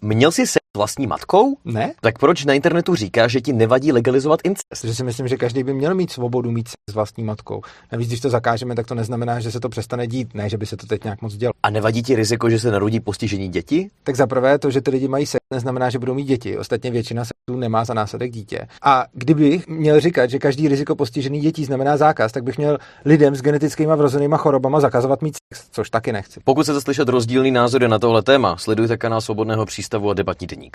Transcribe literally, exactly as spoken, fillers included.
Měl jsi sex s vlastní matkou? Ne. Tak proč na internetu říkáš, že ti nevadí legalizovat incest? Že si myslím, že každý by měl mít svobodu mít sex s vlastní matkou. Navíc, když to zakážeme, tak to neznamená, že se to přestane dít, ne, že by se to teď nějak moc dělo. A nevadí ti riziko, že se narodí postižení děti? Tak za prvé to, že ty lidi mají sex, neznamená, že budou mít děti. Ostatně většina sexů nemá za následek dítě. A kdybych měl říkat, že každý riziko postižený dětí znamená zákaz, tak bych měl lidem s genetickými vrozenýma chorobama zakazovat mít sex, což taky nechci. Pokud chcete slyšet rozdílný názory na tohle téma, sledujte kanál Svobodného přístavu a Debatní deník.